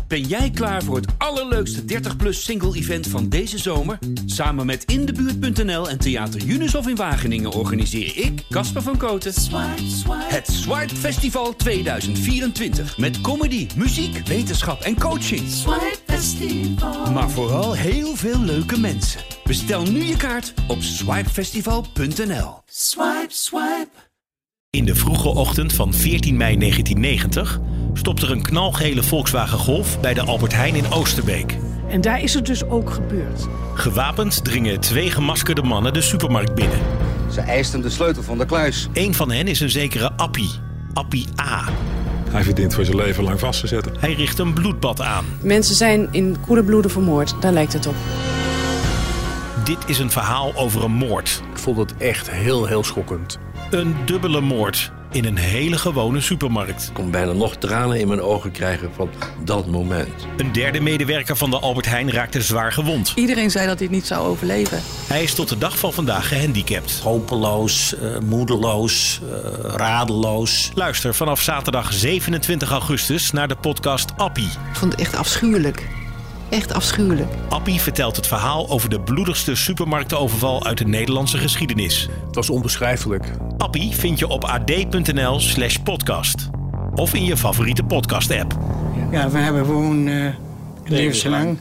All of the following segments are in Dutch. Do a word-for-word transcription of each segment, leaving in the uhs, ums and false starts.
Ben jij klaar voor het allerleukste dertig plus single-event van deze zomer? Samen met In de Buurt punt n l en Theater Junushof in Wageningen organiseer ik, Casper van Koten, Swipe, Swipe. Het Swipe Festival tweeduizend vierentwintig. Met comedy, muziek, wetenschap en coaching. Swipe Festival. Maar vooral heel veel leuke mensen. Bestel nu je kaart op swipe festival punt n l. Swipe, swipe. In de vroege ochtend van veertien mei negentien negentig stopt er een knalgele Volkswagen Golf bij de Albert Heijn in Oosterbeek. En daar is het dus ook gebeurd. Gewapend dringen twee gemaskerde mannen de supermarkt binnen. Ze eisten de sleutel van de kluis. Eén van hen is een zekere Appie. Appie A. Hij verdient voor zijn leven lang vast te zetten. Hij richt een bloedbad aan. Mensen zijn in koele bloeden vermoord, daar lijkt het op. Dit is een verhaal over een moord. Ik vond het echt heel, heel schokkend. Een dubbele moord in een hele gewone supermarkt. Ik kon bijna nog tranen in mijn ogen krijgen van dat moment. Een derde medewerker van de Albert Heijn raakte zwaar gewond. Iedereen zei dat hij het niet zou overleven. Hij is tot de dag van vandaag gehandicapt. Hopeloos, uh, moedeloos, uh, radeloos. Luister vanaf zaterdag zevenentwintig augustus naar de podcast Appie. Ik vond het echt afschuwelijk. Echt afschuwelijk. Appie vertelt het verhaal over de bloedigste supermarktenoverval uit de Nederlandse geschiedenis. Het was onbeschrijfelijk. Appie vind je op ad punt n l slash podcast. Of in je favoriete podcast-app. Ja, we hebben gewoon uh, levenslang.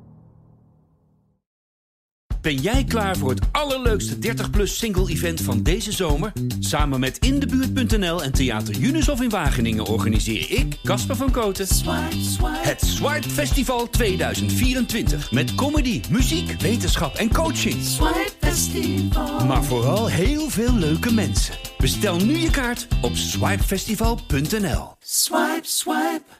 Ben jij klaar voor het allerleukste dertig plus single-event van deze zomer? Samen met In de Buurt punt n l en Theater Junushof in Wageningen organiseer ik, Casper van Koten, Swipe, Swipe. Het Swipe Festival tweeduizend vierentwintig. Met comedy, muziek, wetenschap en coaching. Swipe Festival. Maar vooral heel veel leuke mensen. Bestel nu je kaart op swipe festival punt n l. Swipe, swipe.